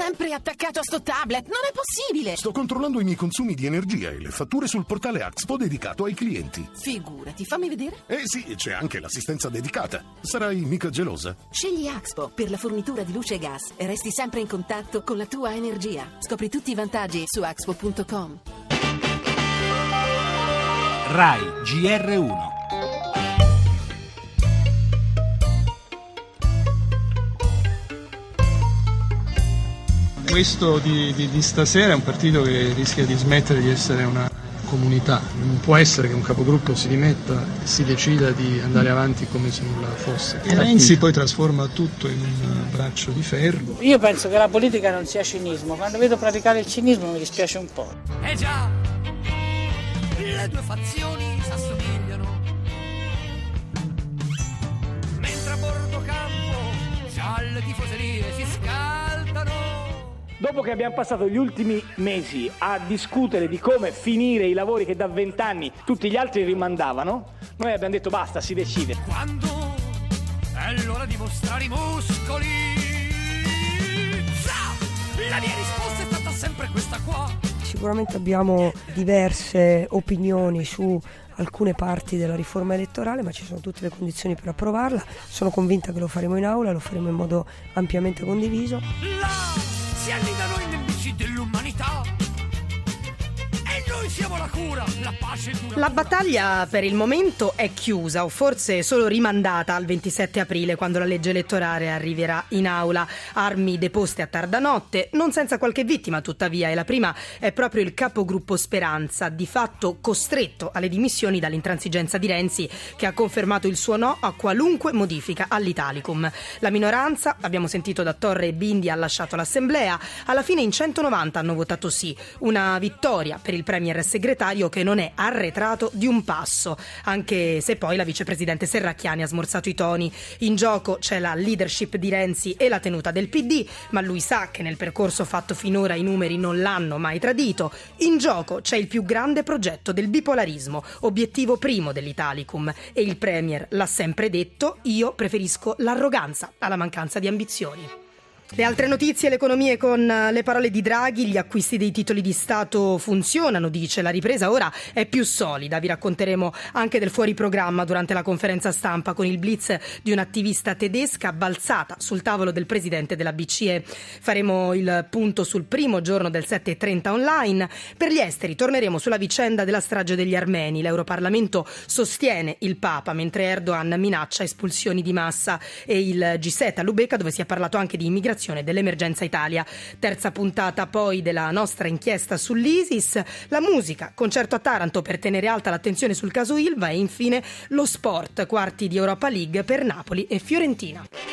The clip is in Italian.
sempre attaccato a sto tablet, non è possibile! Sto controllando i miei consumi di energia e le fatture sul portale Axpo dedicato ai clienti. Figurati, fammi vedere. Sì, c'è anche l'assistenza dedicata. Sarai mica gelosa? Scegli Axpo per la fornitura di luce e gas e resti sempre in contatto con la tua energia. Scopri tutti i vantaggi su axpo.com. Rai GR1. Questo di stasera è un partito che rischia di smettere di essere una comunità. Non può essere che un capogruppo si dimetta e si decida di andare avanti come se nulla fosse. E Renzi poi trasforma tutto in un braccio di ferro. Io penso che la politica non sia cinismo. Quando vedo praticare il cinismo mi dispiace un po'. Già, le due fazioni s'assomigliano. Mentre a bordo campo già le tifoserie si scaldano. Dopo che abbiamo passato gli ultimi mesi a discutere di come finire i lavori che da 20 anni tutti gli altri rimandavano, noi abbiamo detto basta, si decide. Quando è l'ora di mostrare i muscoli, la mia risposta è stata sempre questa qua. Sicuramente abbiamo diverse opinioni su alcune parti della riforma elettorale, ma ci sono tutte le condizioni per approvarla. Sono convinta che lo faremo in aula, lo faremo in modo ampiamente condiviso. Si annidano i nemici dell'umanità e noi siamo la cura, la pace dura. La battaglia per il momento è chiusa o forse solo rimandata al 27 aprile, quando la legge elettorale arriverà in aula. Armi deposte a tarda notte, non senza qualche vittima tuttavia, e la prima è proprio il capogruppo Speranza, di fatto costretto alle dimissioni dall'intransigenza di Renzi, che ha confermato il suo no a qualunque modifica all'Italicum. La minoranza, abbiamo sentito da Torre e Bindi, ha lasciato l'assemblea. Alla fine in 190 hanno votato sì, una vittoria per il premier segretario che non è arretrato di un passo, anche se poi la vicepresidente Serracchiani ha smorzato i toni. In gioco c'è la leadership di Renzi e la tenuta del PD, ma lui sa che nel percorso fatto finora i numeri non l'hanno mai tradito. In gioco c'è il più grande progetto del bipolarismo, obiettivo primo dell'Italicum, e il premier l'ha sempre detto: io preferisco l'arroganza alla mancanza di ambizioni. Le altre notizie, l'economia con le parole di Draghi: gli acquisti dei titoli di Stato funzionano, dice, la ripresa ora è più solida. Vi racconteremo anche del fuori programma durante la conferenza stampa, con il blitz di un'attivista tedesca balzata sul tavolo del presidente della BCE. Faremo il punto sul primo giorno del 7:30 online. Per gli esteri torneremo sulla vicenda della strage degli armeni. L'Europarlamento sostiene il Papa, mentre Erdogan minaccia espulsioni di massa, e il G7 a Lubecca, dove si è parlato anche di immigrazione dell'emergenza Italia. Terza puntata poi della nostra inchiesta sull'ISIS, la musica, concerto a Taranto per tenere alta l'attenzione sul caso Ilva, e infine lo sport, quarti di Europa League per Napoli e Fiorentina.